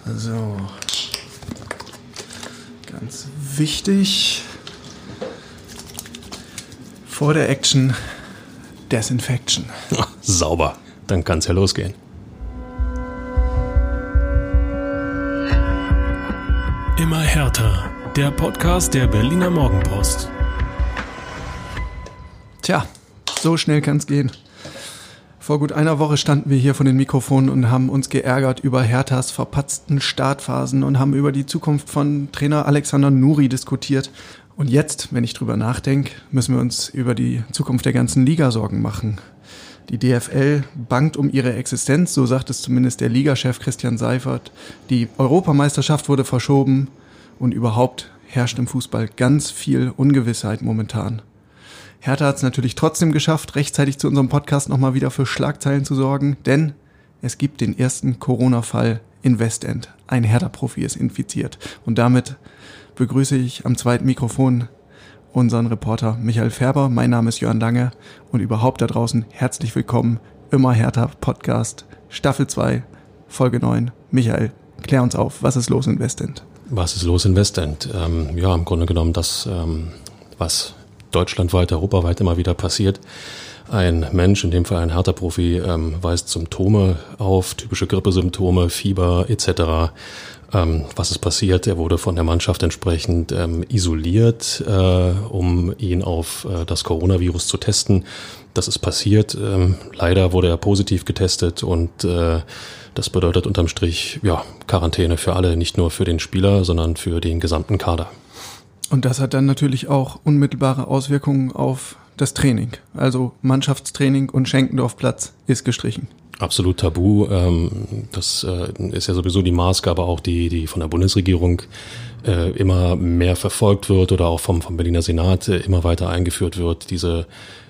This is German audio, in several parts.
So, ganz wichtig, vor der Action Desinfection. Sauber, dann kann's ja losgehen. Immer härter, der Podcast der Berliner Morgenpost. Tja, so schnell kann's gehen. Vor gut einer Woche standen wir hier vor den Mikrofonen und haben uns geärgert über Herthas verpatzten Startphasen und haben über die Zukunft von Trainer Alexander Nuri diskutiert. Und jetzt, wenn ich drüber nachdenke, müssen wir uns über die Zukunft der ganzen Liga Sorgen machen. Die DFL bangt um ihre Existenz, so sagt es zumindest der Ligachef Christian Seifert. Die Europameisterschaft wurde verschoben und überhaupt herrscht im Fußball ganz viel Ungewissheit momentan. Hertha hat es natürlich trotzdem geschafft, rechtzeitig zu unserem Podcast nochmal wieder für Schlagzeilen zu sorgen, denn es gibt den ersten Corona-Fall in Westend. Ein Hertha-Profi ist infiziert. Und damit begrüße ich am zweiten Mikrofon unseren Reporter Michael Färber. Mein Name ist Jörn Lange und überhaupt da draußen herzlich willkommen. Immer Hertha Podcast, Staffel 2, Folge 9. Michael, klär uns auf, was ist los in Westend? Was ist los in Westend? Im Grunde genommen das, was deutschlandweit, europaweit immer wieder passiert. Ein Mensch, in dem Fall ein Hertha-Profi, weist Symptome auf, typische Grippesymptome, Fieber etc. Was ist passiert? Er wurde von der Mannschaft entsprechend isoliert, um ihn auf das Coronavirus zu testen. Das ist passiert. Leider wurde er positiv getestet und das bedeutet unterm Strich Quarantäne für alle, nicht nur für den Spieler, sondern für den gesamten Kader. Und das hat dann natürlich auch unmittelbare Auswirkungen auf das Training. Also Mannschaftstraining und Schenkendorfplatz ist gestrichen. Absolut tabu. Das ist ja sowieso die Maßgabe auch, die von der Bundesregierung immer mehr verfolgt wird oder auch vom Berliner Senat immer weiter eingeführt wird. Diese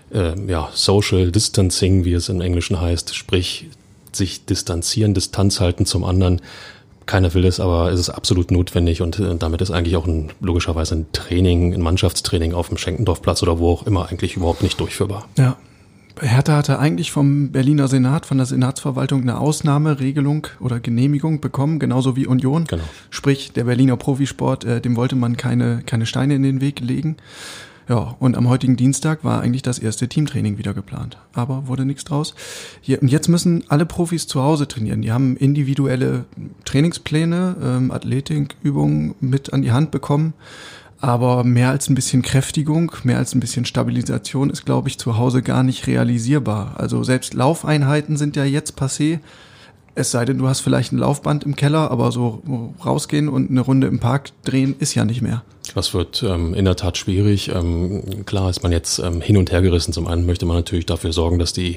Social Distancing, wie es im Englischen heißt, sprich sich distanzieren, Distanz halten zum anderen. Keiner will es, aber es ist absolut notwendig und damit ist eigentlich auch logischerweise ein Mannschaftstraining auf dem Schenkendorfplatz oder wo auch immer eigentlich überhaupt nicht durchführbar. Ja, Hertha hatte eigentlich vom Berliner Senat, von der Senatsverwaltung eine Ausnahmeregelung oder Genehmigung bekommen, genauso wie Union. Genau. Sprich, der Berliner Profisport, dem wollte man keine Steine in den Weg legen. Ja, und am heutigen Dienstag war eigentlich das erste Teamtraining wieder geplant. Aber wurde nichts draus. Und jetzt müssen alle Profis zu Hause trainieren. Die haben individuelle Trainingspläne, Athletikübungen mit an die Hand bekommen. Aber mehr als ein bisschen Kräftigung, mehr als ein bisschen Stabilisation ist, glaube ich, zu Hause gar nicht realisierbar. Also selbst Laufeinheiten sind ja jetzt passé. Es sei denn, du hast vielleicht ein Laufband im Keller, aber so rausgehen und eine Runde im Park drehen ist ja nicht mehr. Das wird in der Tat schwierig. Klar ist man jetzt hin und her gerissen. Zum einen möchte man natürlich dafür sorgen, dass die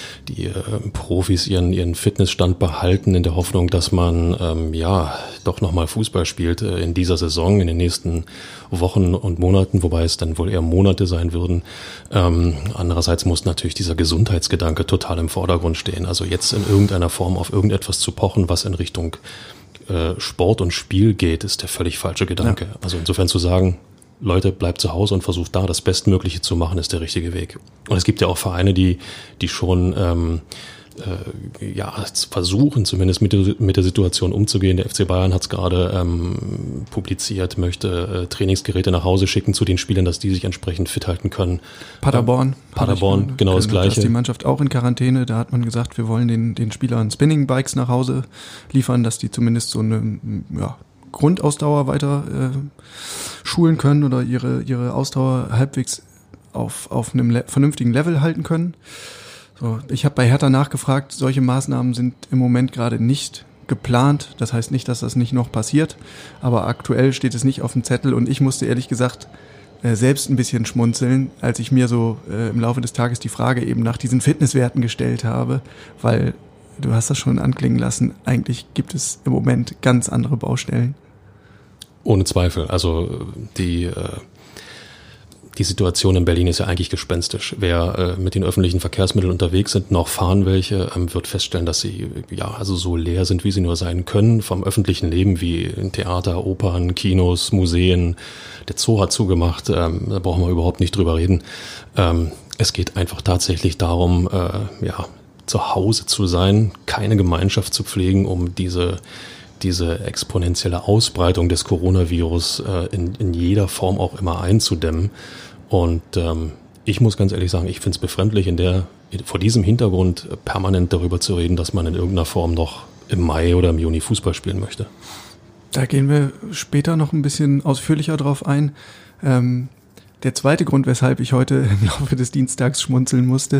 Profis ihren Fitnessstand behalten, in der Hoffnung, dass man doch nochmal Fußball spielt in dieser Saison, in den nächsten Wochen und Monaten, wobei es dann wohl eher Monate sein würden. Andererseits muss natürlich dieser Gesundheitsgedanke total im Vordergrund stehen. Also jetzt in irgendeiner Form auf irgendetwas zu pochen, was in Richtung Sport und Spiel geht, ist der völlig falsche Gedanke. Ja. Also insofern zu sagen, Leute, bleibt zu Hause und versucht da das Bestmögliche zu machen, ist der richtige Weg. Und es gibt ja auch Vereine, die schon versuchen, zumindest mit der Situation umzugehen. Der FC Bayern hat es gerade publiziert, möchte Trainingsgeräte nach Hause schicken zu den Spielern, dass die sich entsprechend fit halten können. Paderborn, genau das Gleiche. Da ist die Mannschaft auch in Quarantäne. Da hat man gesagt, wir wollen den Spielern Spinning-Bikes nach Hause liefern, dass die zumindest so eine Grundausdauer weiter schulen können oder ihre Ausdauer halbwegs auf einem vernünftigen Level halten können. So, ich habe bei Hertha nachgefragt, solche Maßnahmen sind im Moment gerade nicht geplant. Das heißt nicht, dass das nicht noch passiert, aber aktuell steht es nicht auf dem Zettel und ich musste ehrlich gesagt selbst ein bisschen schmunzeln, als ich mir so im Laufe des Tages die Frage eben nach diesen Fitnesswerten gestellt habe, weil du hast das schon anklingen lassen, eigentlich gibt es im Moment ganz andere Baustellen. Ohne Zweifel, also die Situation in Berlin ist ja eigentlich gespenstisch. Wer mit den öffentlichen Verkehrsmitteln unterwegs sind, noch fahren welche, wird feststellen, dass sie so leer sind, wie sie nur sein können. Vom öffentlichen Leben wie Theater, Opern, Kinos, Museen. Der Zoo hat zugemacht, da brauchen wir überhaupt nicht drüber reden. Es geht einfach tatsächlich darum, zu Hause zu sein, keine Gemeinschaft zu pflegen, um diese diese exponentielle Ausbreitung des Coronavirus in jeder Form auch immer einzudämmen. Und ich muss ganz ehrlich sagen, ich finde es befremdlich, vor diesem Hintergrund permanent darüber zu reden, dass man in irgendeiner Form noch im Mai oder im Juni Fußball spielen möchte. Da gehen wir später noch ein bisschen ausführlicher drauf ein. Der zweite Grund, weshalb ich heute im Laufe des Dienstags schmunzeln musste,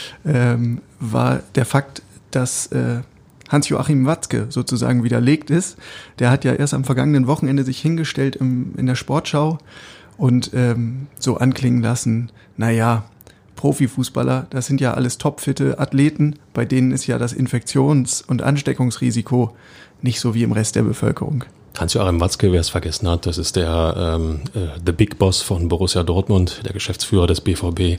war der Fakt, dass Hans-Joachim Watzke sozusagen widerlegt ist. Der hat ja erst am vergangenen Wochenende sich hingestellt in der Sportschau und so anklingen lassen, naja, Profifußballer, das sind ja alles topfitte Athleten, bei denen ist ja das Infektions- und Ansteckungsrisiko nicht so wie im Rest der Bevölkerung. Hans-Joachim Watzke, wer es vergessen hat, das ist der The Big Boss von Borussia Dortmund, der Geschäftsführer des BVB,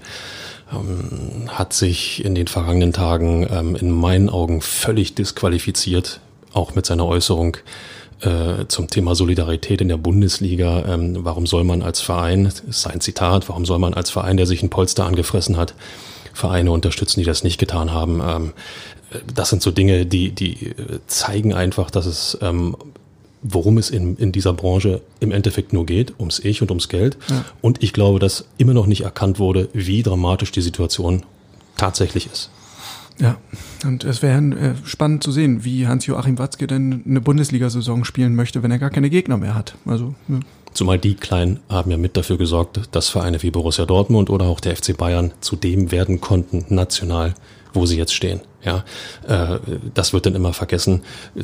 hat sich in den vergangenen Tagen in meinen Augen völlig disqualifiziert, auch mit seiner Äußerung zum Thema Solidarität in der Bundesliga. Warum soll man als Verein, das ist sein Zitat, warum soll man als Verein, der sich ein Polster angefressen hat, Vereine unterstützen, die das nicht getan haben? Das sind so Dinge, die zeigen einfach, dass es worum es in dieser Branche im Endeffekt nur geht, ums Ich und ums Geld. Ja. Und ich glaube, dass immer noch nicht erkannt wurde, wie dramatisch die Situation tatsächlich ist. Ja, und es wäre spannend zu sehen, wie Hans-Joachim Watzke denn eine Bundesliga-Saison spielen möchte, wenn er gar keine Gegner mehr hat. Also, ja. Zumal die Kleinen haben ja mit dafür gesorgt, dass Vereine wie Borussia Dortmund oder auch der FC Bayern zu dem werden konnten, national, wo sie jetzt stehen. Ja, das wird dann immer vergessen.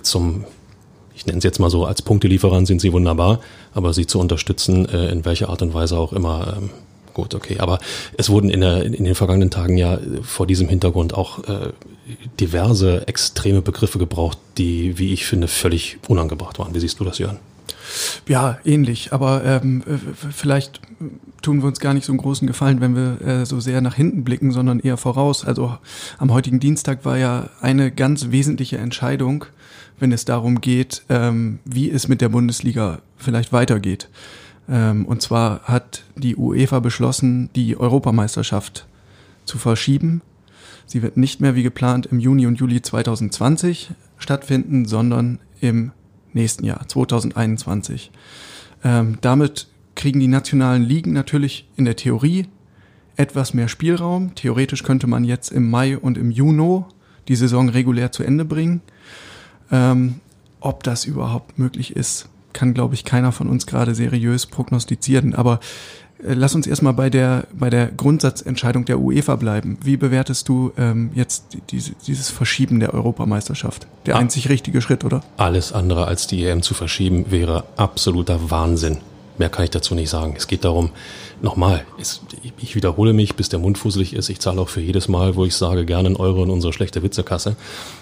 Ich nenne es jetzt mal so, als Punktelieferant sind sie wunderbar, aber sie zu unterstützen, in welcher Art und Weise auch immer, gut, okay. Aber es wurden in den vergangenen Tagen ja vor diesem Hintergrund auch diverse extreme Begriffe gebraucht, die, wie ich finde, völlig unangebracht waren. Wie siehst du das, Jörn? Ja, ähnlich, aber vielleicht tun wir uns gar nicht so einen großen Gefallen, wenn wir so sehr nach hinten blicken, sondern eher voraus. Also am heutigen Dienstag war ja eine ganz wesentliche Entscheidung, wenn es darum geht, wie es mit der Bundesliga vielleicht weitergeht. Und zwar hat die UEFA beschlossen, die Europameisterschaft zu verschieben. Sie wird nicht mehr wie geplant im Juni und Juli 2020 stattfinden, sondern im nächsten Jahr, 2021. Damit kriegen die nationalen Ligen natürlich in der Theorie etwas mehr Spielraum. Theoretisch könnte man jetzt im Mai und im Juni die Saison regulär zu Ende bringen. Ob das überhaupt möglich ist, kann, glaube ich, keiner von uns gerade seriös prognostizieren. Aber lass uns erstmal bei der Grundsatzentscheidung der UEFA bleiben. Wie bewertest du jetzt dieses Verschieben der Europameisterschaft? Der einzig richtige Schritt, oder? Alles andere als die EM zu verschieben wäre absoluter Wahnsinn. Mehr kann ich dazu nicht sagen. Es geht darum, nochmal, ich wiederhole mich, bis der Mund fusselig ist. Ich zahle auch für jedes Mal, wo ich sage, gerne einen Euro in unsere schlechte Witzekasse.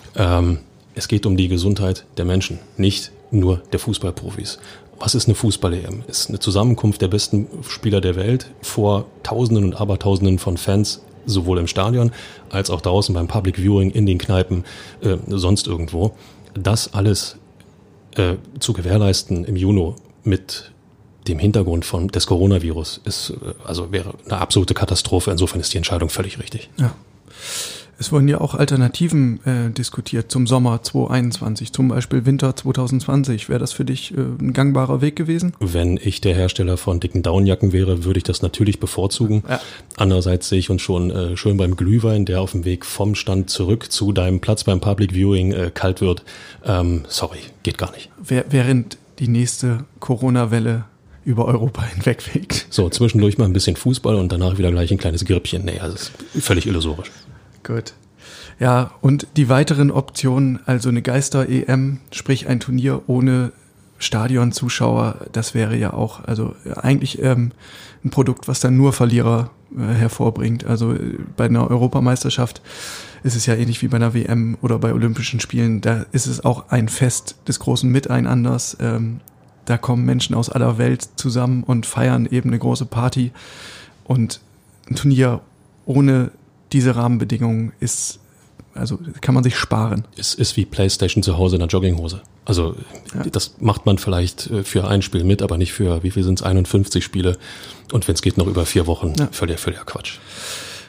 Es geht um die Gesundheit der Menschen, nicht nur der Fußballprofis. Was ist eine Fußball-EM? Es ist eine Zusammenkunft der besten Spieler der Welt vor Tausenden und Abertausenden von Fans, sowohl im Stadion als auch draußen beim Public Viewing, in den Kneipen, sonst irgendwo. Das alles zu gewährleisten im Juni mit dem Hintergrund des Coronavirus wäre eine absolute Katastrophe. Insofern ist die Entscheidung völlig richtig. Ja. Es wurden ja auch Alternativen diskutiert zum Sommer 2021, zum Beispiel Winter 2020. Wäre das für dich ein gangbarer Weg gewesen? Wenn ich der Hersteller von dicken Downjacken wäre, würde ich das natürlich bevorzugen. Ja. Andererseits sehe ich uns schon schön beim Glühwein, der auf dem Weg vom Stand zurück zu deinem Platz beim Public Viewing kalt wird. Sorry, geht gar nicht. Während die nächste Corona-Welle über Europa hinwegfegt. So, zwischendurch mal ein bisschen Fußball und danach wieder gleich ein kleines Grüppchen. Nee, das ist völlig illusorisch. Gut. Ja, und die weiteren Optionen, also eine Geister-EM, sprich ein Turnier ohne Stadionzuschauer, das wäre ja auch, also eigentlich ein Produkt, was dann nur Verlierer hervorbringt. Also bei einer Europameisterschaft ist es ja ähnlich wie bei einer WM oder bei Olympischen Spielen, da ist es auch ein Fest des großen Miteinanders. Da kommen Menschen aus aller Welt zusammen und feiern eben eine große Party. Und ein Turnier ohne diese Rahmenbedingungen kann man sich sparen. Es ist wie PlayStation zu Hause in der Jogginghose. Also Das macht man vielleicht für ein Spiel mit, aber nicht für, wie viel sind es, 51 Spiele. Und wenn es geht, noch über 4 Wochen, völliger Quatsch.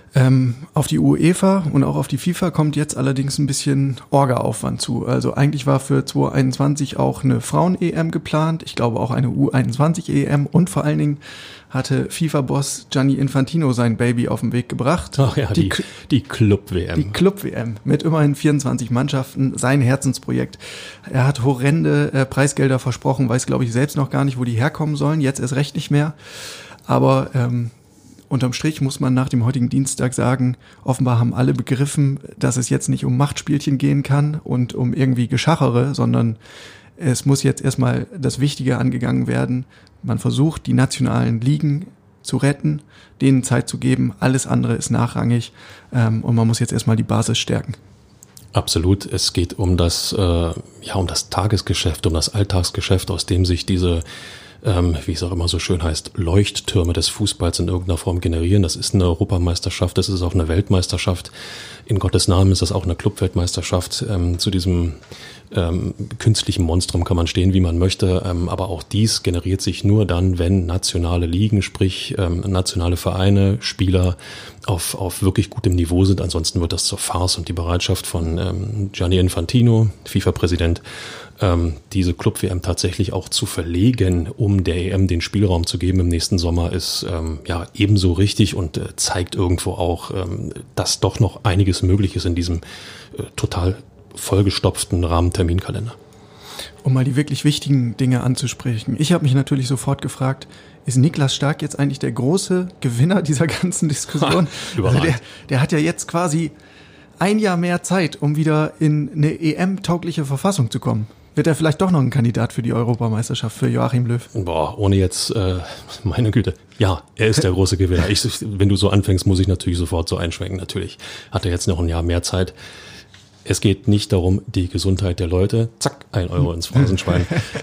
Auf die UEFA und auch auf die FIFA kommt jetzt allerdings ein bisschen Orga-Aufwand zu. Also eigentlich war für 2021 auch eine Frauen-EM geplant, ich glaube auch eine U21-EM und vor allen Dingen hatte FIFA-Boss Gianni Infantino sein Baby auf den Weg gebracht. Ach ja, die Club-WM. Die Club-WM mit immerhin 24 Mannschaften, sein Herzensprojekt. Er hat horrende Preisgelder versprochen, weiß glaube ich selbst noch gar nicht, wo die herkommen sollen, jetzt erst recht nicht mehr. Aber unterm Strich muss man nach dem heutigen Dienstag sagen, offenbar haben alle begriffen, dass es jetzt nicht um Machtspielchen gehen kann und um irgendwie Geschachere, sondern es muss jetzt erstmal das Wichtige angegangen werden. Man versucht, die nationalen Ligen zu retten, denen Zeit zu geben. Alles andere ist nachrangig und man muss jetzt erstmal die Basis stärken. Absolut. Es geht um das Tagesgeschäft, um das Alltagsgeschäft, aus dem sich diese wie es auch immer so schön heißt, Leuchttürme des Fußballs in irgendeiner Form generieren. Das ist eine Europameisterschaft, das ist auch eine Weltmeisterschaft. In Gottes Namen ist das auch eine Clubweltmeisterschaft. Zu diesem künstlichen Monstrum kann man stehen, wie man möchte. Aber auch dies generiert sich nur dann, wenn nationale Ligen, sprich nationale Vereine, Spieler auf wirklich gutem Niveau sind. Ansonsten wird das zur Farce und die Bereitschaft von Gianni Infantino, FIFA-Präsident, diese Club-WM tatsächlich auch zu verlegen, um der EM den Spielraum zu geben im nächsten Sommer, ist ebenso richtig und zeigt irgendwo auch, dass doch noch einiges möglich ist in diesem total vollgestopften Rahmenterminkalender. Um mal die wirklich wichtigen Dinge anzusprechen. Ich habe mich natürlich sofort gefragt, ist Niklas Stark jetzt eigentlich der große Gewinner dieser ganzen Diskussion? Also der hat ja jetzt quasi ein Jahr mehr Zeit, um wieder in eine EM-taugliche Verfassung zu kommen. Wird er vielleicht doch noch ein Kandidat für die Europameisterschaft für Joachim Löw? Ohne jetzt, meine Güte. Ja, er ist der große Gewinner. Wenn du so anfängst, muss ich natürlich sofort so einschwenken. Natürlich hat er jetzt noch ein Jahr mehr Zeit. Es geht nicht darum, die Gesundheit der Leute, zack, 1 Euro ins Phrasenschwein,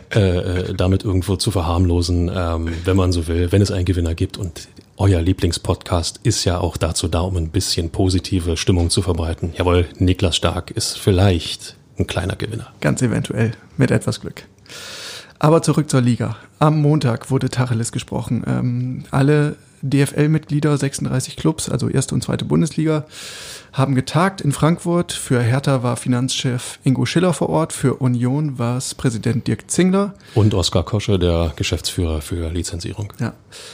damit irgendwo zu verharmlosen, wenn man so will, wenn es einen Gewinner gibt. Und euer Lieblingspodcast ist ja auch dazu da, um ein bisschen positive Stimmung zu verbreiten. Jawohl, Niklas Stark ist vielleicht ein kleiner Gewinner. Ganz eventuell, mit etwas Glück. Aber zurück zur Liga. Am Montag wurde Tacheles gesprochen. Alle DFL-Mitglieder, 36 Clubs, also erste und zweite Bundesliga, haben getagt in Frankfurt. Für Hertha war Finanzchef Ingo Schiller vor Ort, für Union war es Präsident Dirk Zingler. Und Oskar Kosche, der Geschäftsführer für Lizenzierung. Ja.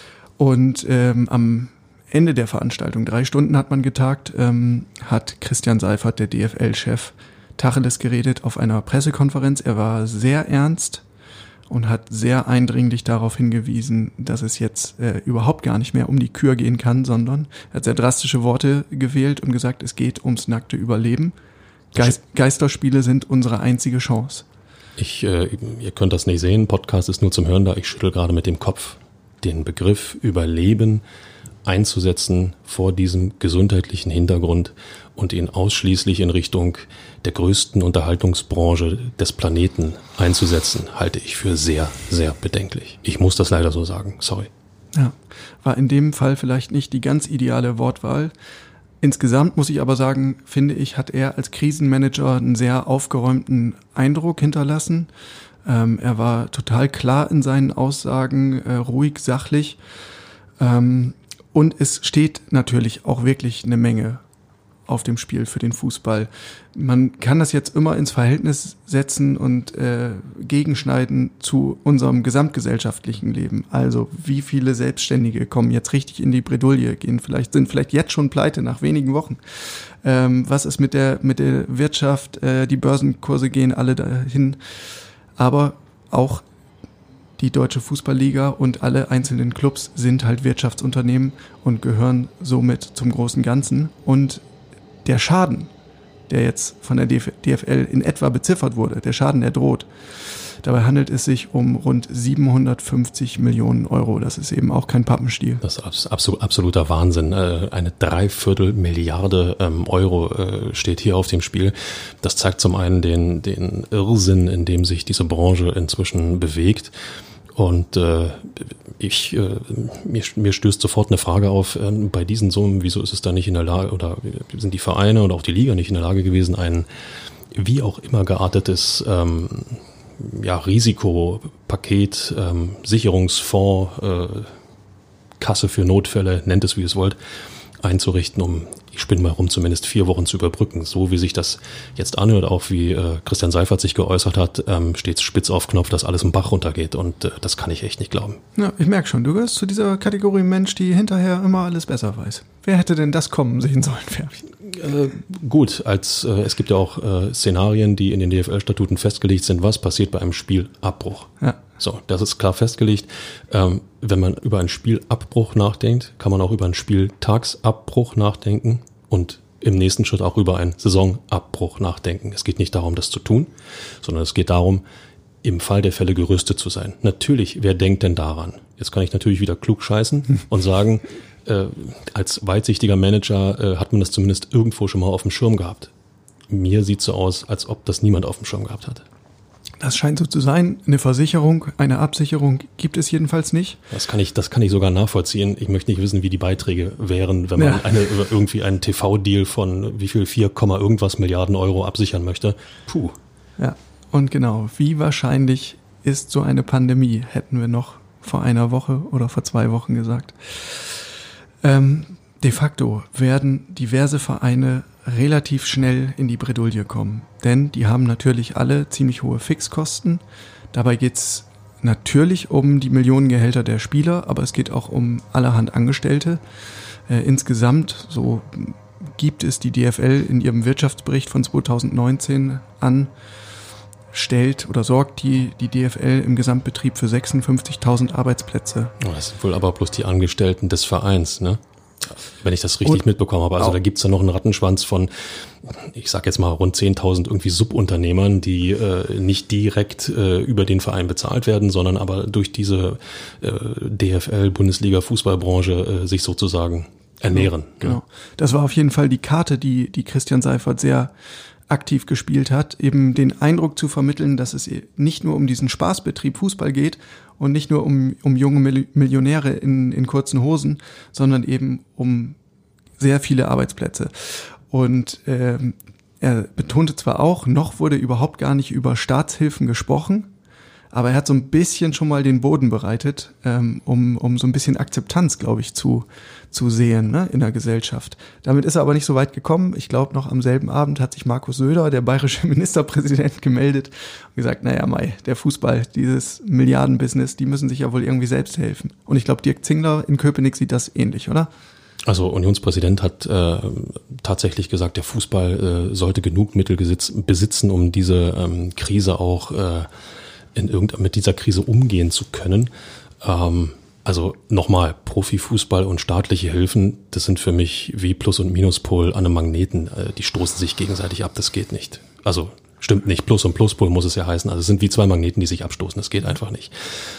Und am Ende der Veranstaltung, 3 Stunden hat man getagt, hat Christian Seifert, der DFL-Chef, Tacheles geredet auf einer Pressekonferenz. Er war sehr ernst und hat sehr eindringlich darauf hingewiesen, dass es jetzt überhaupt gar nicht mehr um die Kür gehen kann, sondern er hat sehr drastische Worte gewählt und gesagt, es geht ums nackte Überleben. Geisterspiele sind unsere einzige Chance. Ihr könnt das nicht sehen, Podcast ist nur zum Hören da, ich schüttel gerade mit dem Kopf. Den Begriff Überleben einzusetzen vor diesem gesundheitlichen Hintergrund und ihn ausschließlich in Richtung der größten Unterhaltungsbranche des Planeten einzusetzen, halte ich für sehr, sehr bedenklich. Ich muss das leider so sagen, sorry. Ja, war in dem Fall vielleicht nicht die ganz ideale Wortwahl. Insgesamt muss ich aber sagen, finde ich, hat er als Krisenmanager einen sehr aufgeräumten Eindruck hinterlassen. Er war total klar in seinen Aussagen, ruhig, sachlich. Und es steht natürlich auch wirklich eine Menge auf dem Spiel für den Fußball. Man kann das jetzt immer ins Verhältnis setzen und gegenschneiden zu unserem gesamtgesellschaftlichen Leben. Also wie viele Selbstständige kommen jetzt richtig in die Bredouille, sind vielleicht jetzt schon pleite nach wenigen Wochen. Was ist mit der Wirtschaft? Die Börsenkurse gehen alle dahin. Aber auch die Deutsche Fußballliga und alle einzelnen Clubs sind halt Wirtschaftsunternehmen und gehören somit zum großen Ganzen. Und der Schaden, der jetzt von der DFL in etwa beziffert wurde, der Schaden, der droht, dabei handelt es sich um rund 750 Millionen Euro. Das ist eben auch kein Pappenstiel. Das ist absoluter Wahnsinn. Eine 3/4 Milliarde Euro steht hier auf dem Spiel. Das zeigt zum einen den Irrsinn, in dem sich diese Branche inzwischen bewegt. Und mir stößt sofort eine Frage auf, bei diesen Summen, wieso ist es da nicht in der Lage, oder sind die Vereine oder auch die Liga nicht in der Lage gewesen, ein wie auch immer geartetes Risikopaket, Sicherungsfonds, Kasse für Notfälle, nennt es wie ihr es wollt, einzurichten, um, ich spinne mal rum, zumindest 4 Wochen zu überbrücken. So wie sich das jetzt anhört, auch wie Christian Seifert sich geäußert hat, steht es spitz auf Knopf, dass alles im Bach runtergeht und das kann ich echt nicht glauben. Ja, ich merke schon, du gehörst zu dieser Kategorie Mensch, die hinterher immer alles besser weiß. Wer hätte denn das kommen sehen sollen, Färbchen? Gut, es gibt ja auch Szenarien, die in den DFL-Statuten festgelegt sind, was passiert bei einem Spielabbruch. Ja. So, das ist klar festgelegt. Wenn man über einen Spielabbruch nachdenkt, kann man auch über einen Spieltagsabbruch nachdenken und im nächsten Schritt auch über einen Saisonabbruch nachdenken. Es geht nicht darum, das zu tun, sondern es geht darum, im Fall der Fälle gerüstet zu sein. Natürlich, wer denkt denn daran? Jetzt kann ich natürlich wieder klug scheißen und sagen, als weitsichtiger Manager hat man das zumindest irgendwo schon mal auf dem Schirm gehabt. Mir sieht so aus, als ob das niemand auf dem Schirm gehabt hat. Das scheint so zu sein. Eine Versicherung, eine Absicherung gibt es jedenfalls nicht. Das kann ich sogar nachvollziehen. Ich möchte nicht wissen, wie die Beiträge wären, wenn man irgendwie einen TV-Deal von wie viel 4, irgendwas Milliarden Euro absichern möchte. Puh. Ja, und genau, wie wahrscheinlich ist so eine Pandemie, hätten wir noch vor einer Woche oder vor 2 Wochen gesagt. De facto werden diverse Vereine relativ schnell in die Bredouille kommen. Denn die haben natürlich alle ziemlich hohe Fixkosten. Dabei geht's natürlich um die Millionengehälter der Spieler, aber es geht auch um allerhand Angestellte. Insgesamt, so gibt es die DFL in ihrem Wirtschaftsbericht von 2019 an, stellt oder sorgt die DFL im Gesamtbetrieb für 56.000 Arbeitsplätze. Das sind wohl aber bloß die Angestellten des Vereins, ne? Wenn ich das richtig mitbekommen habe. Also da gibt's ja noch einen Rattenschwanz von, ich sag jetzt mal rund 10.000 irgendwie Subunternehmern, die nicht direkt über den Verein bezahlt werden, sondern aber durch diese DFL, Bundesliga-Fußballbranche sich sozusagen ernähren. Genau. Ja. Das war auf jeden Fall die Karte, die Christian Seifert sehr aktiv gespielt hat, eben den Eindruck zu vermitteln, dass es nicht nur um diesen Spaßbetrieb Fußball geht und nicht nur um junge Millionäre in kurzen Hosen, sondern eben um sehr viele Arbeitsplätze. Und er betonte zwar auch, noch wurde überhaupt gar nicht über Staatshilfen gesprochen, aber er hat so ein bisschen schon mal den Boden bereitet, um so ein bisschen Akzeptanz, glaube ich, zu sehen, ne, in der Gesellschaft. Damit ist er aber nicht so weit gekommen. Ich glaube, noch am selben Abend hat sich Markus Söder, der bayerische Ministerpräsident, gemeldet und gesagt, naja, der Fußball, dieses Milliardenbusiness, die müssen sich ja wohl irgendwie selbst helfen. Und ich glaube, Dirk Zingler in Köpenick sieht das ähnlich, oder? Also Unionspräsident hat tatsächlich gesagt, der Fußball sollte genug Mittel besitzen, um diese Krise auch mit dieser Krise umgehen zu können. Also nochmal, Profifußball und staatliche Hilfen, das sind für mich wie Plus- und Minuspol an einem Magneten. Die stoßen sich gegenseitig ab, das geht nicht. Also stimmt nicht, Plus- und Pluspol muss es ja heißen. Also es sind wie 2 Magneten, die sich abstoßen, das geht einfach nicht.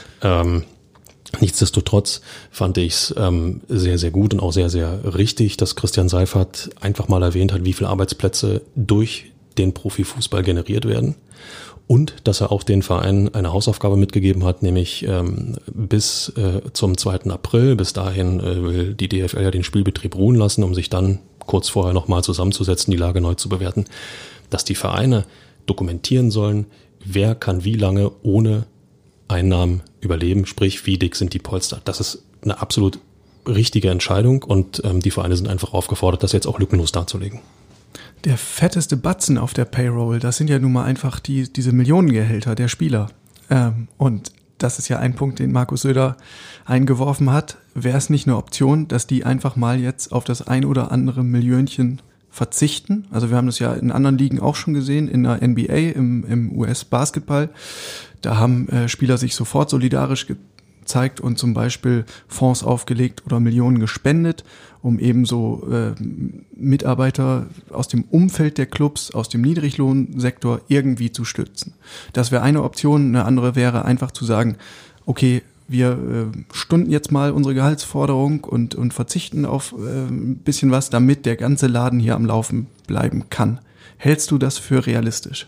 Nichtsdestotrotz fand ich es sehr, sehr gut und auch sehr, sehr richtig, dass Christian Seifert einfach mal erwähnt hat, wie viele Arbeitsplätze durch den Profifußball generiert werden. Und dass er auch den Vereinen eine Hausaufgabe mitgegeben hat, nämlich bis zum 2. April, bis dahin will die DFL ja den Spielbetrieb ruhen lassen, um sich dann kurz vorher nochmal zusammenzusetzen, die Lage neu zu bewerten, dass die Vereine dokumentieren sollen, wer kann wie lange ohne Einnahmen überleben, sprich wie dick sind die Polster. Das ist eine absolut richtige Entscheidung und die Vereine sind einfach aufgefordert, das jetzt auch lückenlos darzulegen. Der fetteste Batzen auf der Payroll, das sind ja nun mal einfach diese Millionengehälter der Spieler. Und das ist ja ein Punkt, den Markus Söder eingeworfen hat. Wäre es nicht eine Option, dass die einfach mal jetzt auf das ein oder andere Millionchen verzichten? Also wir haben das ja in anderen Ligen auch schon gesehen, in der NBA, im US-Basketball. Da haben Spieler sich sofort solidarisch gezeigt und zum Beispiel Fonds aufgelegt oder Millionen gespendet, um eben so Mitarbeiter aus dem Umfeld der Clubs, aus dem Niedriglohnsektor irgendwie zu stützen. Das wäre eine Option. Eine andere wäre einfach zu sagen, okay, wir stunden jetzt mal unsere Gehaltsforderung und verzichten auf ein bisschen was, damit der ganze Laden hier am Laufen bleiben kann. Hältst du das für realistisch?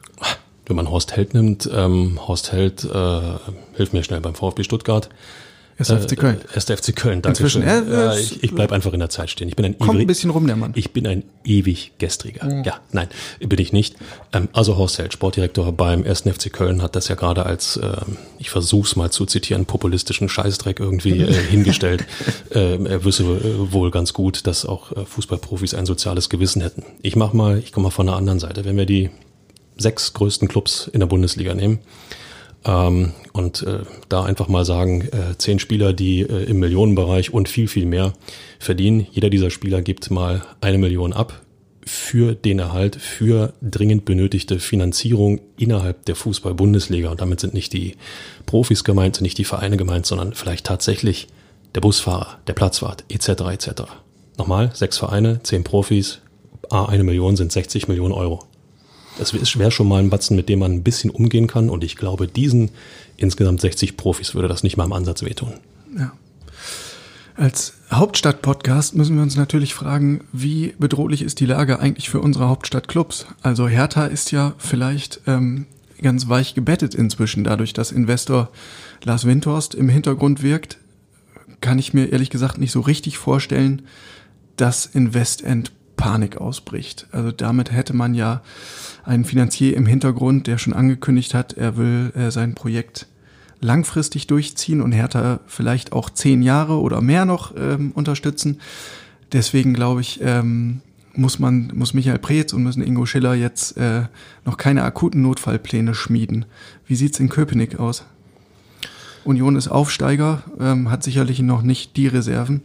Wenn man Horst Held nimmt, Horst Held, hilf mir schnell beim VfB Stuttgart, 1. FC Köln. 1. FC Köln, danke schön. Ich bleibe einfach in der Zeit stehen. Kommt ein bisschen rum, der Mann. Ich bin ein ewig Gestriger. Ja, nein, bin ich nicht. Also Horst Held, Sportdirektor beim 1. FC Köln, hat das ja gerade als, ich versuch's mal zu zitieren, populistischen Scheißdreck irgendwie hingestellt. Er wüsste wohl ganz gut, dass auch Fußballprofis ein soziales Gewissen hätten. Ich komme mal von der anderen Seite. Wenn wir die 6 größten Clubs in der Bundesliga nehmen, und da einfach mal sagen, 10 Spieler, die im Millionenbereich und viel, viel mehr verdienen. Jeder dieser Spieler gibt mal 1 Million ab für den Erhalt, für dringend benötigte Finanzierung innerhalb der Fußball-Bundesliga. Und damit sind nicht die Profis gemeint, sind nicht die Vereine gemeint, sondern vielleicht tatsächlich der Busfahrer, der Platzwart, etc. etc. Nochmal, 6 Vereine, 10 Profis, 1 Million sind 60 Millionen Euro. Das wäre schon mal ein Batzen, mit dem man ein bisschen umgehen kann. Und ich glaube, diesen insgesamt 60 Profis würde das nicht mal im Ansatz wehtun. Ja. Als Hauptstadt-Podcast müssen wir uns natürlich fragen, wie bedrohlich ist die Lage eigentlich für unsere Hauptstadtclubs? Also Hertha ist ja vielleicht ganz weich gebettet inzwischen. Dadurch, dass Investor Lars Windhorst im Hintergrund wirkt, kann ich mir ehrlich gesagt nicht so richtig vorstellen, dass in Westend Panik ausbricht. Also damit hätte man ja einen Finanzier im Hintergrund, der schon angekündigt hat, er will sein Projekt langfristig durchziehen und Hertha vielleicht auch 10 Jahre oder mehr noch unterstützen. Deswegen glaube ich, muss Michael Preetz und müssen Ingo Schiller jetzt noch keine akuten Notfallpläne schmieden. Wie sieht's in Köpenick aus? Union ist Aufsteiger, hat sicherlich noch nicht die Reserven.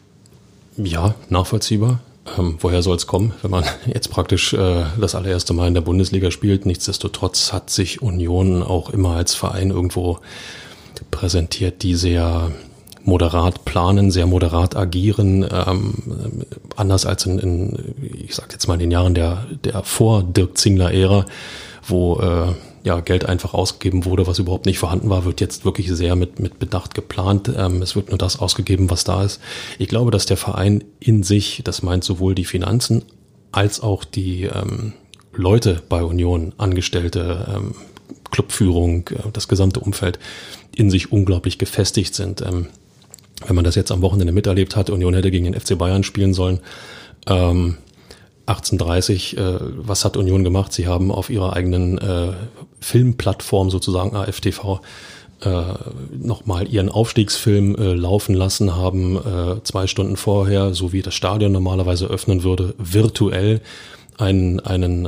Ja, nachvollziehbar. Woher soll es kommen, wenn man jetzt praktisch das allererste Mal in der Bundesliga spielt? Nichtsdestotrotz hat sich Union auch immer als Verein irgendwo präsentiert, die sehr moderat planen, sehr moderat agieren, anders als ich sag jetzt mal in den Jahren der Vor-Dirk-Zingler-Ära, wo Geld einfach ausgegeben wurde, was überhaupt nicht vorhanden war, wird jetzt wirklich sehr mit Bedacht geplant. Es wird nur das ausgegeben, was da ist. Ich glaube, dass der Verein in sich, das meint sowohl die Finanzen als auch die Leute bei Union, Angestellte, Clubführung, das gesamte Umfeld in sich unglaublich gefestigt sind. Wenn man das jetzt am Wochenende miterlebt hat, Union hätte gegen den FC Bayern spielen sollen, 18:30, was hat Union gemacht? Sie haben auf ihrer eigenen Filmplattform sozusagen AFTV nochmal ihren Aufstiegsfilm laufen lassen, haben 2 Stunden vorher, so wie das Stadion normalerweise öffnen würde, virtuell einen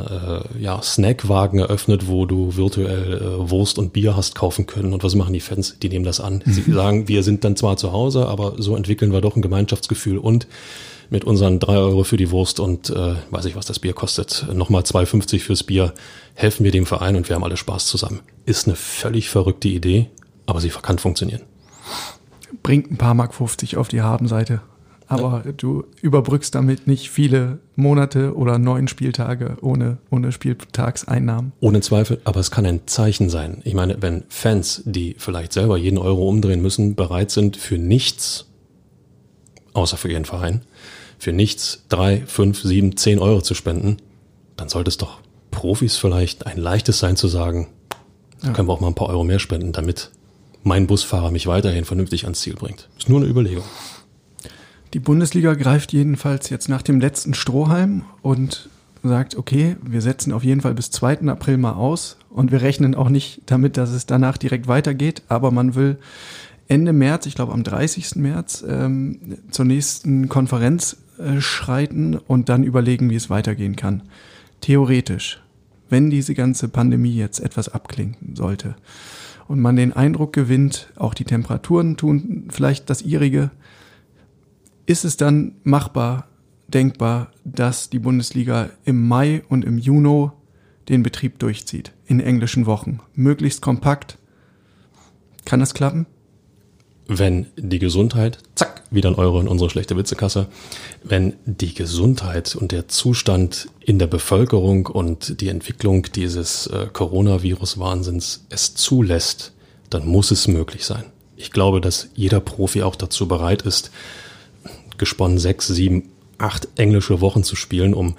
Snackwagen eröffnet, wo du virtuell Wurst und Bier hast kaufen können. Und was machen die Fans? Die nehmen das an. Sie sagen, wir sind dann zwar zu Hause, aber so entwickeln wir doch ein Gemeinschaftsgefühl und mit unseren 3 Euro für die Wurst und weiß ich, was das Bier kostet, nochmal 2,50 fürs Bier, helfen wir dem Verein und wir haben alle Spaß zusammen. Ist eine völlig verrückte Idee, aber sie kann funktionieren. Bringt ein paar Mark 50 auf die Habenseite, aber du überbrückst damit nicht viele Monate oder 9 Spieltage ohne Spieltagseinnahmen. Ohne Zweifel, aber es kann ein Zeichen sein. Ich meine, wenn Fans, die vielleicht selber jeden Euro umdrehen müssen, bereit sind für nichts, außer für ihren Verein, für nichts 3, 5, 7, 10 Euro zu spenden, dann sollte es doch Profis vielleicht ein leichtes sein zu sagen, können wir auch mal ein paar Euro mehr spenden, damit mein Busfahrer mich weiterhin vernünftig ans Ziel bringt. Ist nur eine Überlegung. Die Bundesliga greift jedenfalls jetzt nach dem letzten Strohhalm und sagt, okay, wir setzen auf jeden Fall bis 2. April mal aus und wir rechnen auch nicht damit, dass es danach direkt weitergeht, aber man will Ende März, ich glaube am 30. März, zur nächsten Konferenz schreiten und dann überlegen, wie es weitergehen kann. Theoretisch, wenn diese ganze Pandemie jetzt etwas abklinken sollte und man den Eindruck gewinnt, auch die Temperaturen tun vielleicht das ihrige, ist es dann machbar, denkbar, dass die Bundesliga im Mai und im Juni den Betrieb durchzieht, in englischen Wochen. Möglichst kompakt. Kann das klappen? Wenn die Gesundheit, zack, wieder ein Euro in unsere schlechte Witzekasse, wenn die Gesundheit und der Zustand in der Bevölkerung und die Entwicklung dieses Coronavirus-Wahnsinns es zulässt, dann muss es möglich sein. Ich glaube, dass jeder Profi auch dazu bereit ist, gesponnen 6, 7, 8 englische Wochen zu spielen, um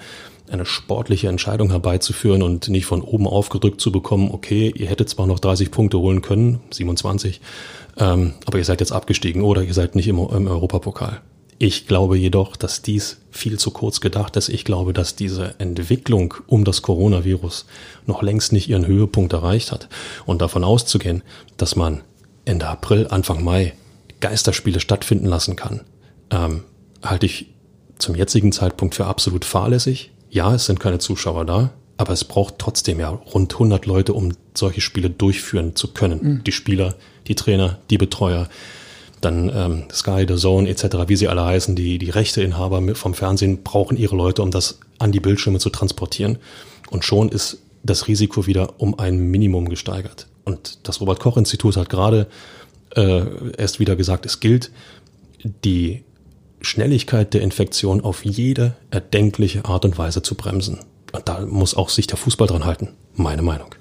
eine sportliche Entscheidung herbeizuführen und nicht von oben aufgedrückt zu bekommen, okay, ihr hättet zwar noch 30 Punkte holen können, 27, aber ihr seid jetzt abgestiegen oder ihr seid nicht im Europapokal. Ich glaube jedoch, dass dies viel zu kurz gedacht ist. Ich glaube, dass diese Entwicklung um das Coronavirus noch längst nicht ihren Höhepunkt erreicht hat. Und davon auszugehen, dass man Ende April, Anfang Mai Geisterspiele stattfinden lassen kann, halte ich zum jetzigen Zeitpunkt für absolut fahrlässig. Ja, es sind keine Zuschauer da, aber es braucht trotzdem ja rund 100 Leute, um solche Spiele durchführen zu können. Die Spieler, die Trainer, die Betreuer, dann Sky, The Zone etc., wie sie alle heißen, die Rechteinhaber vom Fernsehen brauchen ihre Leute, um das an die Bildschirme zu transportieren. Und schon ist das Risiko wieder um ein Minimum gesteigert. Und das Robert-Koch-Institut hat gerade erst wieder gesagt, es gilt, die Schnelligkeit der Infektion auf jede erdenkliche Art und Weise zu bremsen. Und da muss auch sich der Fußball dran halten, meine Meinung.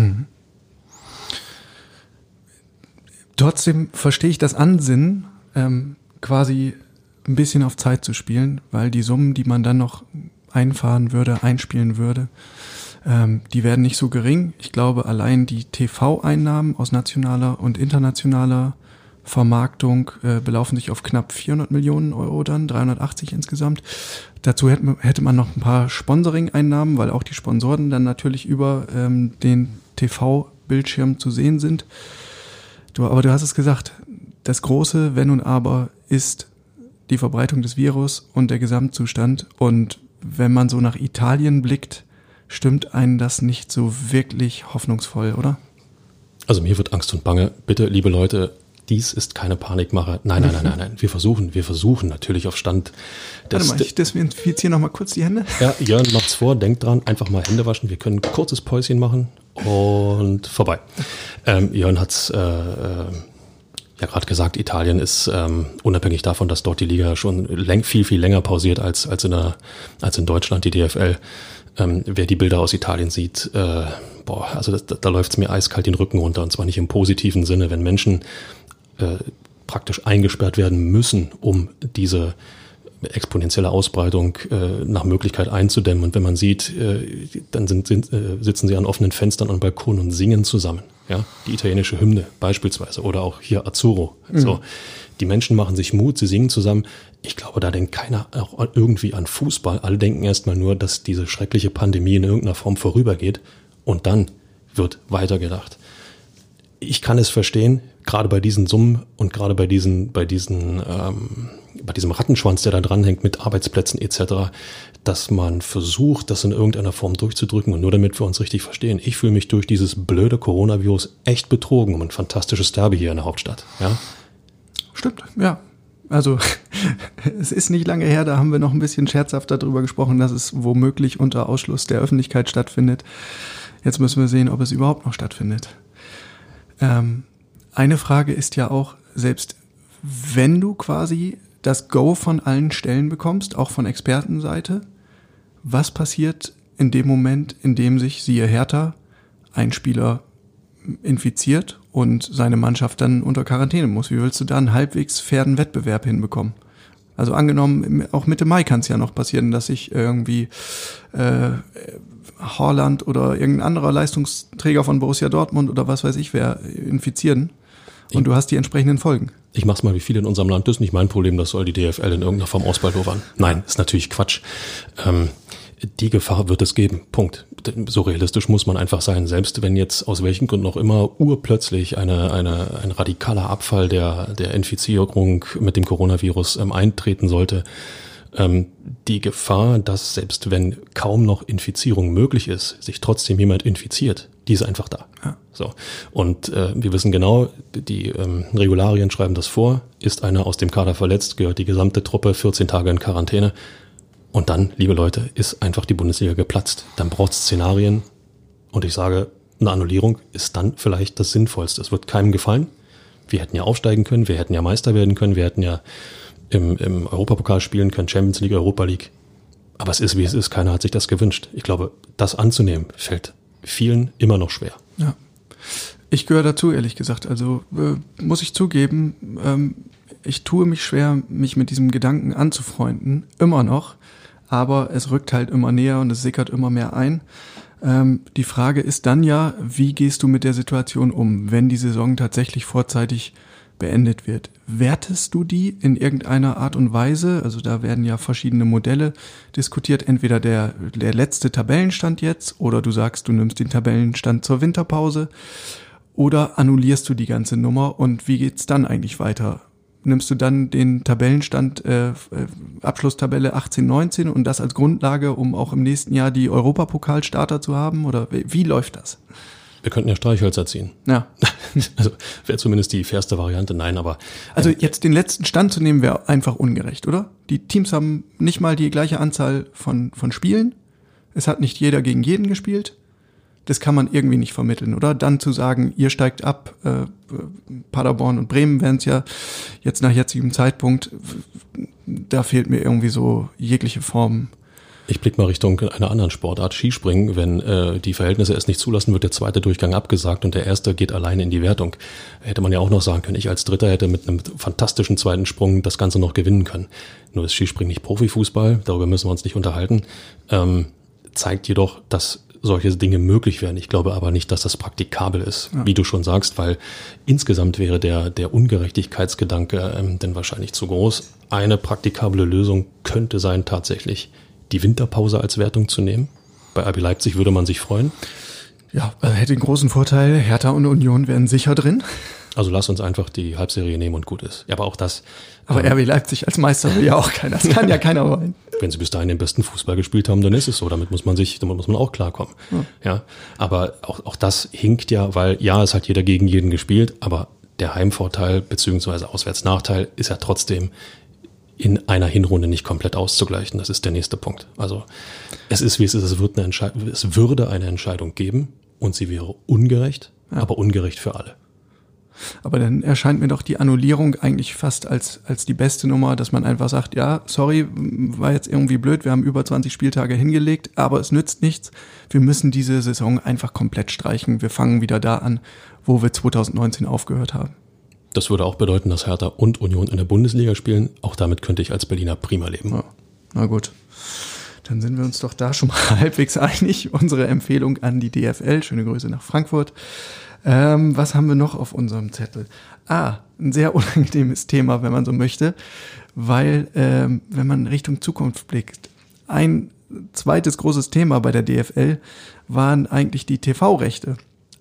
Trotzdem verstehe ich das Ansinnen, quasi ein bisschen auf Zeit zu spielen, weil die Summen, die man dann noch einspielen würde, die werden nicht so gering. Ich glaube, allein die TV-Einnahmen aus nationaler und internationaler Vermarktung belaufen sich auf knapp 400 Millionen Euro dann, 380 insgesamt. Dazu hätte man noch ein paar Sponsoring-Einnahmen, weil auch die Sponsoren dann natürlich über den TV-Bildschirm zu sehen sind. Aber du hast es gesagt, das große Wenn und Aber ist die Verbreitung des Virus und der Gesamtzustand. Und wenn man so nach Italien blickt, stimmt einen das nicht so wirklich hoffnungsvoll, oder? Also mir wird Angst und Bange. Bitte, liebe Leute, dies ist keine Panikmache. Nein. Wir versuchen natürlich auf Stand des... Warte mal, ich desinfiziere noch mal kurz die Hände. Ja, Jörn macht's vor, denkt dran, einfach mal Hände waschen. Wir können ein kurzes Päuschen machen und vorbei. Jörn hat's ja gerade gesagt, Italien ist unabhängig davon, dass dort die Liga schon viel länger pausiert als in Deutschland, die DFL. Wer die Bilder aus Italien sieht, also da läuft's mir eiskalt den Rücken runter, und zwar nicht im positiven Sinne, wenn Menschen praktisch eingesperrt werden müssen, um diese exponentielle Ausbreitung nach Möglichkeit einzudämmen. Und wenn man sieht, dann sitzen sie an offenen Fenstern und Balkonen und singen zusammen. Ja, die italienische Hymne beispielsweise oder auch hier Azzurro. So, die Menschen machen sich Mut, sie singen zusammen. Ich glaube, da denkt keiner auch irgendwie an Fußball. Alle denken erstmal nur, dass diese schreckliche Pandemie in irgendeiner Form vorübergeht, und dann wird weitergedacht. Ich kann es verstehen, gerade bei diesen Summen und gerade bei diesem Rattenschwanz, der da dranhängt mit Arbeitsplätzen etc., dass man versucht, das in irgendeiner Form durchzudrücken. Und nur damit wir uns richtig verstehen, ich fühle mich durch dieses blöde Coronavirus echt betrogen um ein fantastisches Derby hier in der Hauptstadt. Ja? Stimmt, ja. Also es ist nicht lange her, da haben wir noch ein bisschen scherzhaft darüber gesprochen, dass es womöglich unter Ausschluss der Öffentlichkeit stattfindet. Jetzt müssen wir sehen, ob es überhaupt noch stattfindet. Eine Frage ist ja auch, selbst wenn du quasi das Go von allen Stellen bekommst, auch von Expertenseite, was passiert in dem Moment, in dem sich, siehe Hertha, ein Spieler infiziert und seine Mannschaft dann unter Quarantäne muss? Wie willst du da einen halbwegs fairen Wettbewerb hinbekommen? Also angenommen, auch Mitte Mai kann es ja noch passieren, dass sich irgendwie Haaland oder irgendein anderer Leistungsträger von Borussia Dortmund oder was weiß ich wer infizieren und du hast die entsprechenden Folgen. Ich mach's mal wie viele in unserem Land, das ist nicht mein Problem, das soll die DFL in irgendeiner Form ausbaldowern. Nein, ist natürlich Quatsch. Die Gefahr wird es geben, Punkt. So realistisch muss man einfach sein, selbst wenn jetzt aus welchen Gründen auch immer urplötzlich ein radikaler Abfall der Infizierung mit dem Coronavirus eintreten sollte. Die Gefahr, dass selbst wenn kaum noch Infizierung möglich ist, sich trotzdem jemand infiziert, die ist einfach da. Ja. So. Und wir wissen genau, die Regularien schreiben das vor, ist einer aus dem Kader verletzt, gehört die gesamte Truppe 14 Tage in Quarantäne. Und dann, liebe Leute, ist einfach die Bundesliga geplatzt. Dann braucht es Szenarien, und ich sage, eine Annullierung ist dann vielleicht das Sinnvollste. Es wird keinem gefallen. Wir hätten ja aufsteigen können, wir hätten ja Meister werden können, wir hätten ja im Europapokal spielen können, Champions League, Europa League. Aber es ist, wie es ist, keiner hat sich das gewünscht. Ich glaube, das anzunehmen, fällt vielen immer noch schwer. Ja, ich gehöre dazu, ehrlich gesagt. Also muss ich zugeben, ich tue mich schwer, mich mit diesem Gedanken anzufreunden, immer noch. aber es rückt halt immer näher und es sickert immer mehr ein. Die Frage ist dann ja, wie gehst du mit der Situation um, wenn die Saison tatsächlich vorzeitig beendet wird? Wertest du die in irgendeiner Art und Weise? Also da werden ja verschiedene Modelle diskutiert, entweder der letzte Tabellenstand jetzt oder du sagst, du nimmst den Tabellenstand zur Winterpause oder annullierst du die ganze Nummer und wie geht's dann eigentlich weiter? Nimmst du dann den Tabellenstand, Abschlusstabelle 18-19 und das als Grundlage, um auch im nächsten Jahr die Europapokalstarter zu haben? Oder wie läuft das? Wir könnten ja Streichhölzer ziehen. Ja. Also wäre zumindest die fairste Variante. Nein, aber... Also jetzt den letzten Stand zu nehmen, wäre einfach ungerecht, oder? Die Teams haben nicht mal die gleiche Anzahl von Spielen. Es hat nicht jeder gegen jeden gespielt. Das kann man irgendwie nicht vermitteln, oder? Dann zu sagen, ihr steigt ab, Paderborn und Bremen wären es ja jetzt nach jetzigem Zeitpunkt, da fehlt mir irgendwie so jegliche Form. Ich blicke mal Richtung einer anderen Sportart, Skispringen. Wenn die Verhältnisse es nicht zulassen, wird der zweite Durchgang abgesagt und der erste geht alleine in die Wertung. Hätte man ja auch noch sagen können, ich als Dritter hätte mit einem fantastischen zweiten Sprung das Ganze noch gewinnen können. Nur ist Skispringen nicht Profifußball, darüber müssen wir uns nicht unterhalten. Zeigt jedoch, dass solche Dinge möglich wären. Ich glaube aber nicht, dass das praktikabel ist, wie du schon sagst, weil insgesamt wäre der Ungerechtigkeitsgedanke denn wahrscheinlich zu groß. Eine praktikable Lösung könnte sein, tatsächlich die Winterpause als Wertung zu nehmen. Bei RB Leipzig würde man sich freuen. Ja, hätte einen großen Vorteil. Hertha und Union wären sicher drin. Also lass uns einfach die Halbserie nehmen und gut ist. Ja, aber auch das. Aber RB Leipzig als Meister will ja auch keiner. Das kann ja keiner wollen. Wenn sie bis dahin den besten Fußball gespielt haben, dann ist es so. Damit muss man auch klarkommen. Ja, aber auch das hinkt ja, weil ja, es hat jeder gegen jeden gespielt, aber der Heimvorteil beziehungsweise Auswärtsnachteil ist ja trotzdem in einer Hinrunde nicht komplett auszugleichen. Das ist der nächste Punkt. Also es ist, wie es ist. Es würde eine Entscheidung geben und sie wäre ungerecht, aber ungerecht für alle. Aber dann erscheint mir doch die Annullierung eigentlich fast als die beste Nummer, dass man einfach sagt, ja, sorry, war jetzt irgendwie blöd, wir haben über 20 Spieltage hingelegt, aber es nützt nichts. Wir müssen diese Saison einfach komplett streichen. Wir fangen wieder da an, wo wir 2019 aufgehört haben. Das würde auch bedeuten, dass Hertha und Union in der Bundesliga spielen. Auch damit könnte ich als Berliner prima leben. Ja, na gut. Dann sind wir uns doch da schon mal halbwegs einig. Unsere Empfehlung an die DFL. Schöne Grüße nach Frankfurt. Was haben wir noch auf unserem Zettel? Ein sehr unangenehmes Thema, wenn man so möchte, weil wenn man Richtung Zukunft blickt, ein zweites großes Thema bei der DFL waren eigentlich die TV-Rechte,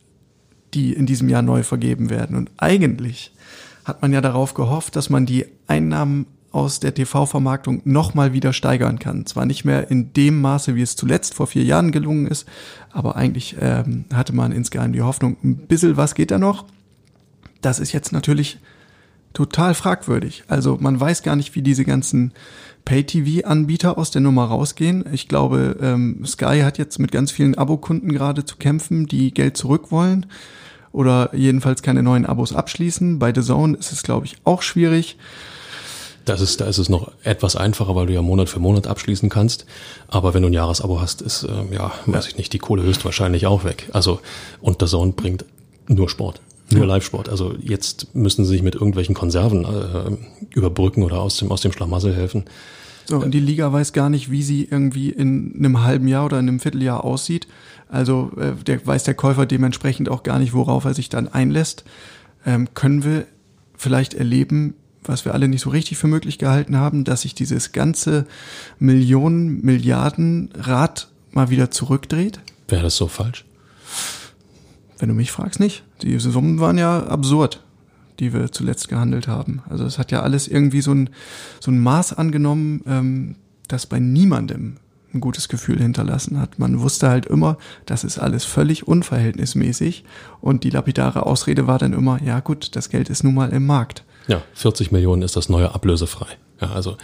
die in diesem Jahr neu vergeben werden. Und eigentlich hat man ja darauf gehofft, dass man die Einnahmen aus der TV-Vermarktung nochmal wieder steigern kann. Zwar nicht mehr in dem Maße, wie es zuletzt vor 4 Jahren gelungen ist, aber eigentlich hatte man insgeheim die Hoffnung, ein bisschen was geht da noch. Das ist jetzt natürlich total fragwürdig. Also man weiß gar nicht, wie diese ganzen Pay-TV-Anbieter aus der Nummer rausgehen. Ich glaube, Sky hat jetzt mit ganz vielen Abokunden gerade zu kämpfen, die Geld zurück wollen oder jedenfalls keine neuen Abos abschließen. Bei DAZN ist es, glaube ich, auch schwierig. Da ist es noch etwas einfacher, weil du ja Monat für Monat abschließen kannst. Aber wenn du ein Jahresabo hast, ist, weiß ich nicht, die Kohle höchstwahrscheinlich auch weg. Also, und DAZN bringt nur Sport, nur Live-Sport. Also jetzt müssen sie sich mit irgendwelchen Konserven überbrücken oder aus dem Schlamassel helfen. So, und die Liga weiß gar nicht, wie sie irgendwie in einem halben Jahr oder in einem Vierteljahr aussieht. Also weiß der Käufer dementsprechend auch gar nicht, worauf er sich dann einlässt. Können wir vielleicht erleben, was wir alle nicht so richtig für möglich gehalten haben, dass sich dieses ganze Millionen, Milliarden Rad mal wieder zurückdreht? Wäre das so falsch? Wenn du mich fragst, nicht. Die Summen waren ja absurd, die wir zuletzt gehandelt haben. Also es hat ja alles irgendwie so ein Maß angenommen, das bei niemandem ein gutes Gefühl hinterlassen hat. Man wusste halt immer, das ist alles völlig unverhältnismäßig und die lapidare Ausrede war dann immer, ja gut, das Geld ist nun mal im Markt. Ja, 40 Millionen ist das neue ablösefrei. Ja, also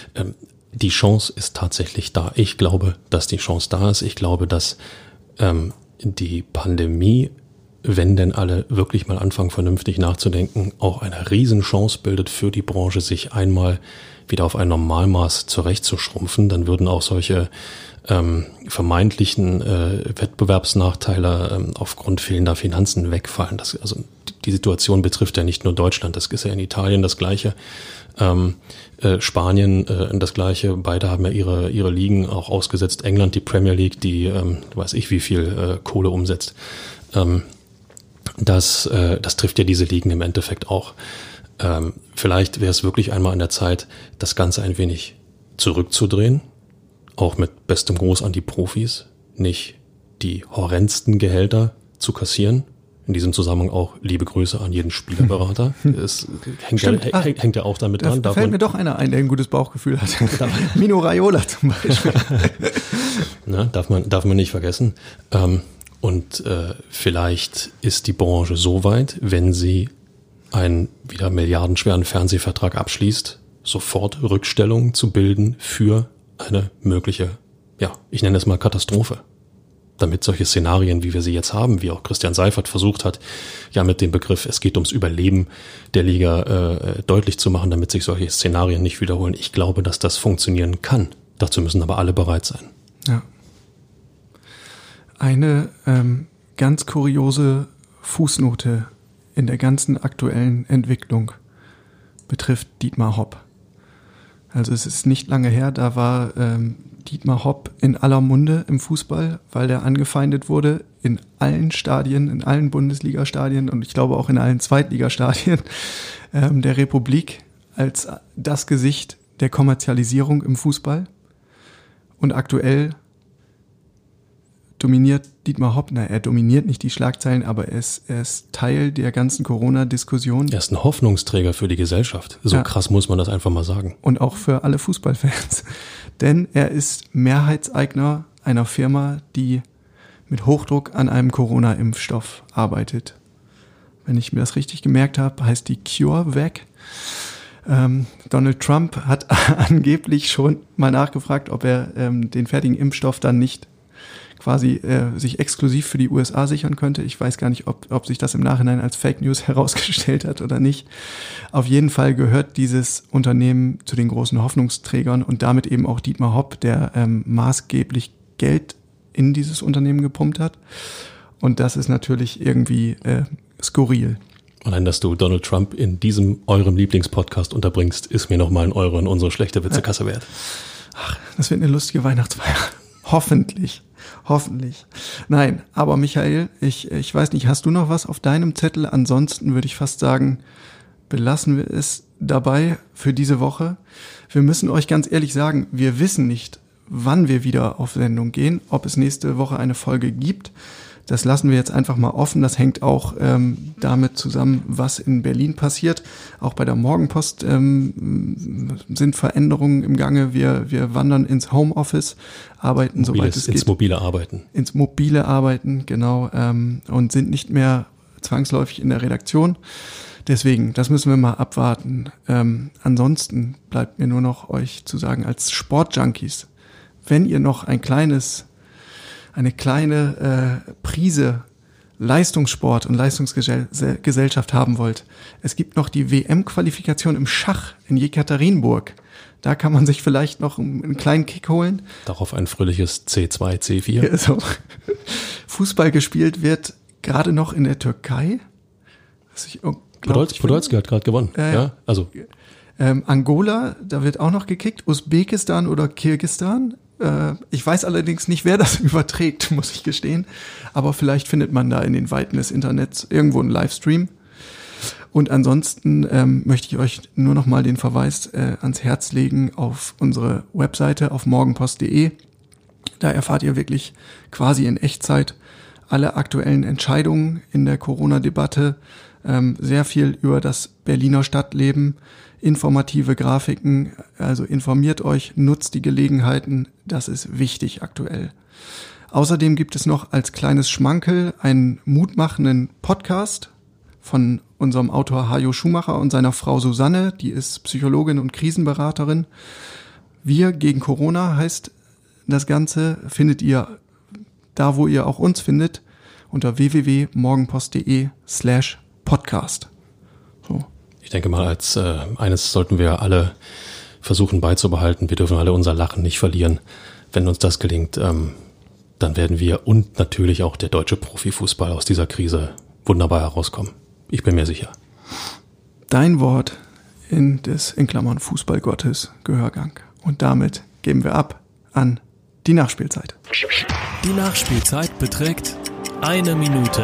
die Chance ist tatsächlich da. Ich glaube, dass die Chance da ist. Ich glaube, dass die Pandemie, wenn denn alle wirklich mal anfangen, vernünftig nachzudenken, auch eine Riesenchance bildet für die Branche, sich einmal wieder auf ein Normalmaß zurechtzuschrumpfen. Dann würden auch solche vermeintlichen Wettbewerbsnachteile aufgrund fehlender Finanzen wegfallen. die Situation betrifft ja nicht nur Deutschland, das ist ja in Italien das Gleiche, Spanien das Gleiche, beide haben ja ihre Ligen auch ausgesetzt, England die Premier League, die weiß ich wie viel Kohle umsetzt. Das trifft ja diese Ligen im Endeffekt auch. Vielleicht wäre es wirklich einmal an der Zeit, das Ganze ein wenig zurückzudrehen, auch mit bestem Gruß an die Profis, nicht die horrendsten Gehälter zu kassieren. In diesem Zusammenhang auch liebe Grüße an jeden Spielerberater. Es hängt ja auch damit dran. Da fällt mir doch einer ein, der ein gutes Bauchgefühl hat. Mino Raiola zum Beispiel. Darf man nicht vergessen. Und vielleicht ist die Branche so weit, wenn sie einen wieder milliardenschweren Fernsehvertrag abschließt, sofort Rückstellungen zu bilden für eine mögliche, ich nenne es mal Katastrophe. Damit solche Szenarien, wie wir sie jetzt haben, wie auch Christian Seifert versucht hat, mit dem Begriff, es geht ums Überleben der Liga deutlich zu machen, damit sich solche Szenarien nicht wiederholen. Ich glaube, dass das funktionieren kann. Dazu müssen aber alle bereit sein. Ja. Eine ganz kuriose Fußnote in der ganzen aktuellen Entwicklung betrifft Dietmar Hopp. Also es ist nicht lange her, da war Dietmar Hopp in aller Munde im Fußball, weil der angefeindet wurde in allen Stadien, in allen Bundesliga-Stadien und ich glaube auch in allen Zweitligastadien der Republik als das Gesicht der Kommerzialisierung im Fußball. Und aktuell dominiert Dietmar Hopp, er dominiert nicht die Schlagzeilen, aber er ist Teil der ganzen Corona-Diskussion. Er ist ein Hoffnungsträger für die Gesellschaft. So krass muss man das einfach mal sagen. Und auch für alle Fußballfans. Denn er ist Mehrheitseigner einer Firma, die mit Hochdruck an einem Corona-Impfstoff arbeitet. Wenn ich mir das richtig gemerkt habe, heißt die CureVac. Donald Trump hat angeblich schon mal nachgefragt, ob er den fertigen Impfstoff dann nicht quasi sich exklusiv für die USA sichern könnte. Ich weiß gar nicht, ob sich das im Nachhinein als Fake News herausgestellt hat oder nicht. Auf jeden Fall gehört dieses Unternehmen zu den großen Hoffnungsträgern und damit eben auch Dietmar Hopp, der maßgeblich Geld in dieses Unternehmen gepumpt hat. Und das ist natürlich irgendwie skurril. Allein, dass du Donald Trump in eurem Lieblingspodcast unterbringst, ist mir nochmal ein Euro in unsere schlechte Witzekasse wert. Ach, das wird eine lustige Weihnachtsfeier. Hoffentlich. Nein, aber Michael, ich weiß nicht, hast du noch was auf deinem Zettel? Ansonsten würde ich fast sagen, belassen wir es dabei für diese Woche. Wir müssen euch ganz ehrlich sagen, wir wissen nicht, wann wir wieder auf Sendung gehen, ob es nächste Woche eine Folge gibt. Das lassen wir jetzt einfach mal offen. Das hängt auch damit zusammen, was in Berlin passiert. Auch bei der Morgenpost sind Veränderungen im Gange. Wir wandern ins Homeoffice, arbeiten soweit es geht. Ins mobile Arbeiten. Ins mobile Arbeiten, genau. Und sind nicht mehr zwangsläufig in der Redaktion. Deswegen, das müssen wir mal abwarten. Ansonsten bleibt mir nur noch euch zu sagen, als Sportjunkies, wenn ihr noch eine kleine Prise Leistungssport und Leistungsgesellschaft haben wollt. Es gibt noch die WM-Qualifikation im Schach in Jekaterinburg. Da kann man sich vielleicht noch einen kleinen Kick holen. Darauf ein fröhliches C2, C4. Also, Fußball gespielt wird gerade noch in der Türkei. Podolski hat gerade gewonnen. Also Angola, da wird auch noch gekickt. Usbekistan oder Kirgisistan. Ich weiß allerdings nicht, wer das überträgt, muss ich gestehen. Aber vielleicht findet man da in den Weiten des Internets irgendwo einen Livestream. Und ansonsten möchte ich euch nur noch mal den Verweis ans Herz legen auf unsere Webseite auf morgenpost.de. Da erfahrt ihr wirklich quasi in Echtzeit alle aktuellen Entscheidungen in der Corona-Debatte, sehr viel über das Berliner Stadtleben, informative Grafiken, also informiert euch, nutzt die Gelegenheiten, das ist wichtig aktuell. Außerdem gibt es noch als kleines Schmankerl einen mutmachenden Podcast von unserem Autor Hajo Schumacher und seiner Frau Susanne, die ist Psychologin und Krisenberaterin. Wir gegen Corona heißt das Ganze, findet ihr da, wo ihr auch uns findet, unter www.morgenpost.de/podcast. So. Ich denke mal, eines sollten wir alle versuchen beizubehalten. Wir dürfen alle unser Lachen nicht verlieren. Wenn uns das gelingt, dann werden wir und natürlich auch der deutsche Profifußball aus dieser Krise wunderbar herauskommen. Ich bin mir sicher. Dein Wort in des, in Klammern, Fußballgottes Gehörgang. Und damit geben wir ab an die Nachspielzeit. Die Nachspielzeit beträgt 1 Minute.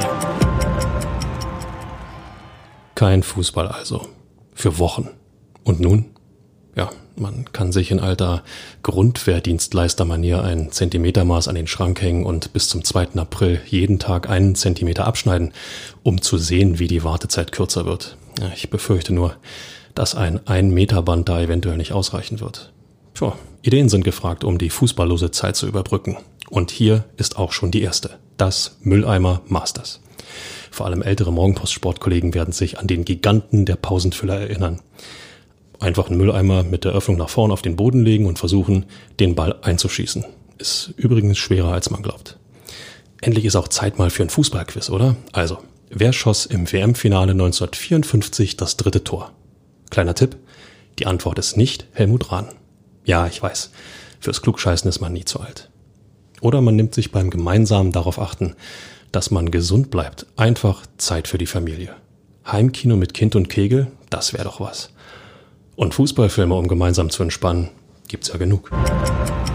Kein Fußball also. Für Wochen. Und nun? Ja, man kann sich in alter Grundwehrdienstleistermanier ein Zentimetermaß an den Schrank hängen und bis zum 2. April jeden Tag 1 Zentimeter abschneiden, um zu sehen, wie die Wartezeit kürzer wird. Ja, ich befürchte nur, dass ein 1-Meter-Band da eventuell nicht ausreichen wird. Tja, Ideen sind gefragt, um die fußballlose Zeit zu überbrücken. Und hier ist auch schon die erste. Das Mülleimer Masters. Vor allem ältere Morgenpost-Sportkollegen werden sich an den Giganten der Pausenfüller erinnern. Einfach einen Mülleimer mit der Öffnung nach vorn auf den Boden legen und versuchen, den Ball einzuschießen. Ist übrigens schwerer, als man glaubt. Endlich ist auch Zeit mal für ein Fußballquiz, oder? Also, wer schoss im WM-Finale 1954 das 3. Tor? Kleiner Tipp, die Antwort ist nicht Helmut Rahn. Ja, ich weiß, fürs Klugscheißen ist man nie zu alt. Oder man nimmt sich beim gemeinsamen darauf achten, dass man gesund bleibt. Einfach Zeit für die Familie. Heimkino mit Kind und Kegel, das wäre doch was. Und Fußballfilme, um gemeinsam zu entspannen, gibt's ja genug.